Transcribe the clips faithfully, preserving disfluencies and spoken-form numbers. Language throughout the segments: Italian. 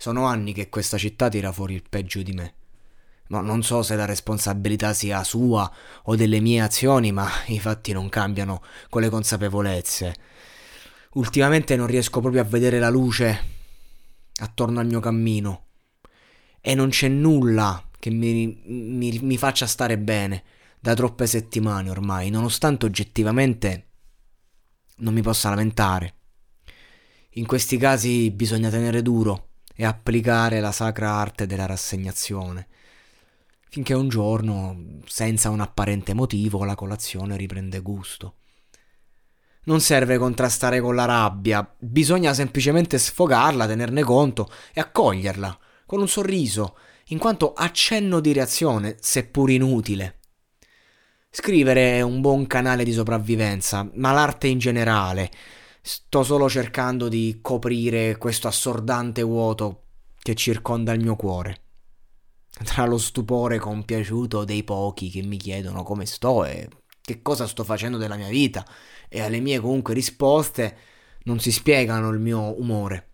Sono anni che questa città tira fuori il peggio di me. Ma non so se la responsabilità sia sua o delle mie azioni, ma i fatti non cambiano con le consapevolezze. Ultimamente non riesco proprio a vedere la luce attorno al mio cammino e non c'è nulla che mi, mi, mi faccia stare bene da troppe settimane ormai, nonostante oggettivamente non mi possa lamentare. In questi casi bisogna tenere duro e applicare la sacra arte della rassegnazione, finché un giorno, senza un apparente motivo, la colazione riprende gusto. Non serve contrastare con la rabbia, bisogna semplicemente sfogarla, tenerne conto e accoglierla con un sorriso, in quanto accenno di reazione, seppur inutile. Scrivere è un buon canale di sopravvivenza, ma l'arte in generale. Sto solo cercando di coprire questo assordante vuoto che circonda il mio cuore. Tra lo stupore compiaciuto dei pochi che mi chiedono come sto e che cosa sto facendo della mia vita, e alle mie comunque risposte non si spiegano il mio umore.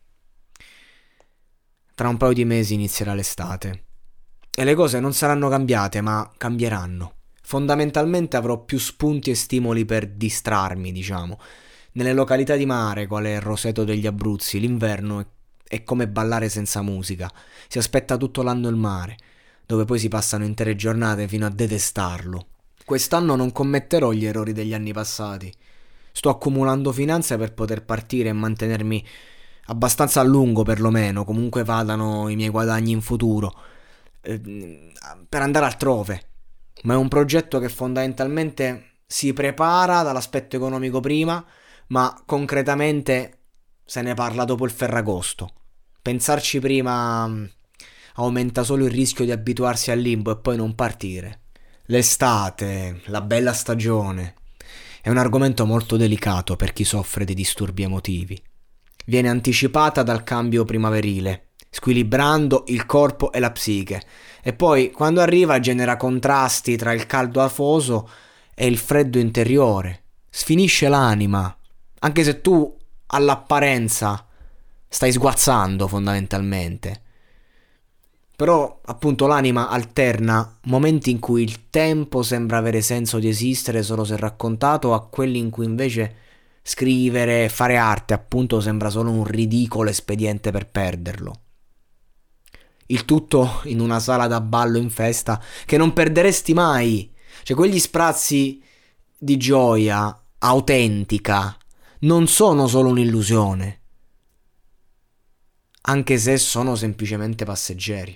Tra un paio di mesi inizierà l'estate e le cose non saranno cambiate, ma cambieranno. Fondamentalmente avrò più spunti e stimoli per distrarmi, diciamo. Nelle località di mare, quale Roseto degli Abruzzi, l'inverno è, è come ballare senza musica. Si aspetta tutto l'anno il mare, dove poi si passano intere giornate fino a detestarlo. Quest'anno non commetterò gli errori degli anni passati. Sto accumulando finanze per poter partire e mantenermi abbastanza a lungo, perlomeno, comunque vadano i miei guadagni in futuro, eh, per andare altrove. Ma è un progetto che fondamentalmente si prepara dall'aspetto economico prima, ma concretamente se ne parla dopo il Ferragosto. Pensarci prima mh, aumenta solo il rischio di abituarsi al limbo e poi non partire. L'estate, la bella stagione, è un argomento molto delicato per chi soffre di disturbi emotivi. Viene anticipata dal cambio primaverile, squilibrando il corpo e la psiche, e poi quando arriva genera contrasti tra il caldo afoso e il freddo interiore. Sfinisce l'anima, anche se tu all'apparenza stai sguazzando fondamentalmente. Però appunto l'anima alterna momenti in cui il tempo sembra avere senso di esistere solo se raccontato, a quelli in cui invece scrivere e fare arte appunto sembra solo un ridicolo espediente per perderlo. Il tutto in una sala da ballo in festa che non perderesti mai. Cioè quegli sprazzi di gioia autentica non sono solo un'illusione, anche se sono semplicemente passeggeri.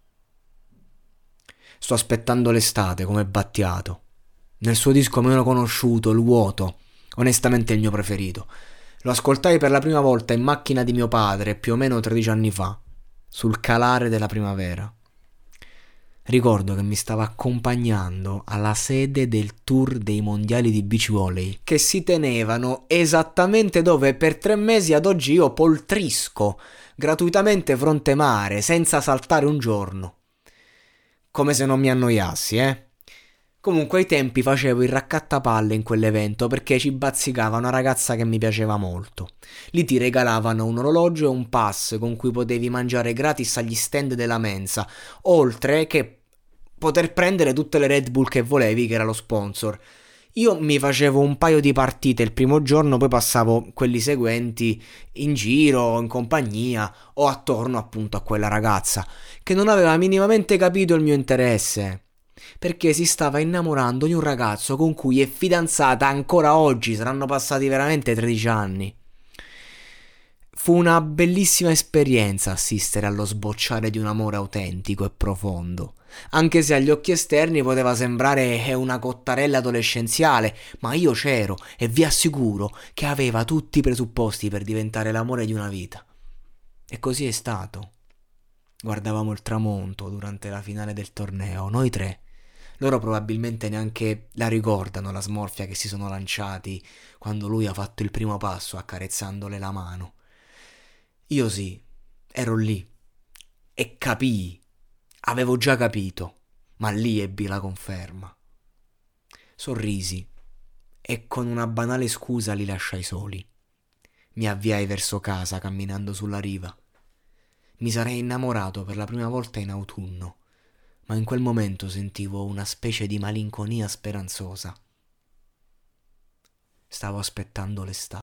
Sto aspettando l'estate come Battiato. Nel suo disco meno conosciuto, Il vuoto, onestamente è il mio preferito. Lo ascoltai per la prima volta in macchina di mio padre più o meno tredici anni fa, sul calare della primavera. Ricordo che mi stava accompagnando alla sede del tour dei mondiali di beach volley, che si tenevano esattamente dove per tre mesi ad oggi io poltrisco gratuitamente fronte mare, senza saltare un giorno. Come se non mi annoiassi, eh? Comunque ai tempi facevo il raccattapalle in quell'evento perché ci bazzicava una ragazza che mi piaceva molto. Lì ti regalavano un orologio e un pass con cui potevi mangiare gratis agli stand della mensa, oltre che poter prendere tutte le Red Bull che volevi, che era lo sponsor. Io mi facevo un paio di partite il primo giorno, poi passavo quelli seguenti in giro, in compagnia o attorno appunto a quella ragazza che non aveva minimamente capito il mio interesse, perché si stava innamorando di un ragazzo con cui è fidanzata ancora oggi, saranno passati veramente tredici anni. Fu una bellissima esperienza assistere allo sbocciare di un amore autentico e profondo, anche se agli occhi esterni poteva sembrare una cottarella adolescenziale, ma io c'ero e vi assicuro che aveva tutti i presupposti per diventare l'amore di una vita. E così è stato. Guardavamo il tramonto durante la finale del torneo, noi tre. Loro probabilmente neanche la ricordano la smorfia che si sono lanciati quando lui ha fatto il primo passo accarezzandole la mano. Io sì, ero lì e capii, avevo già capito, ma lì ebbi la conferma. Sorrisi e con una banale scusa li lasciai soli. Mi avviai verso casa camminando sulla riva. Mi sarei innamorato per la prima volta in autunno, ma in quel momento sentivo una specie di malinconia speranzosa. Stavo aspettando l'estate.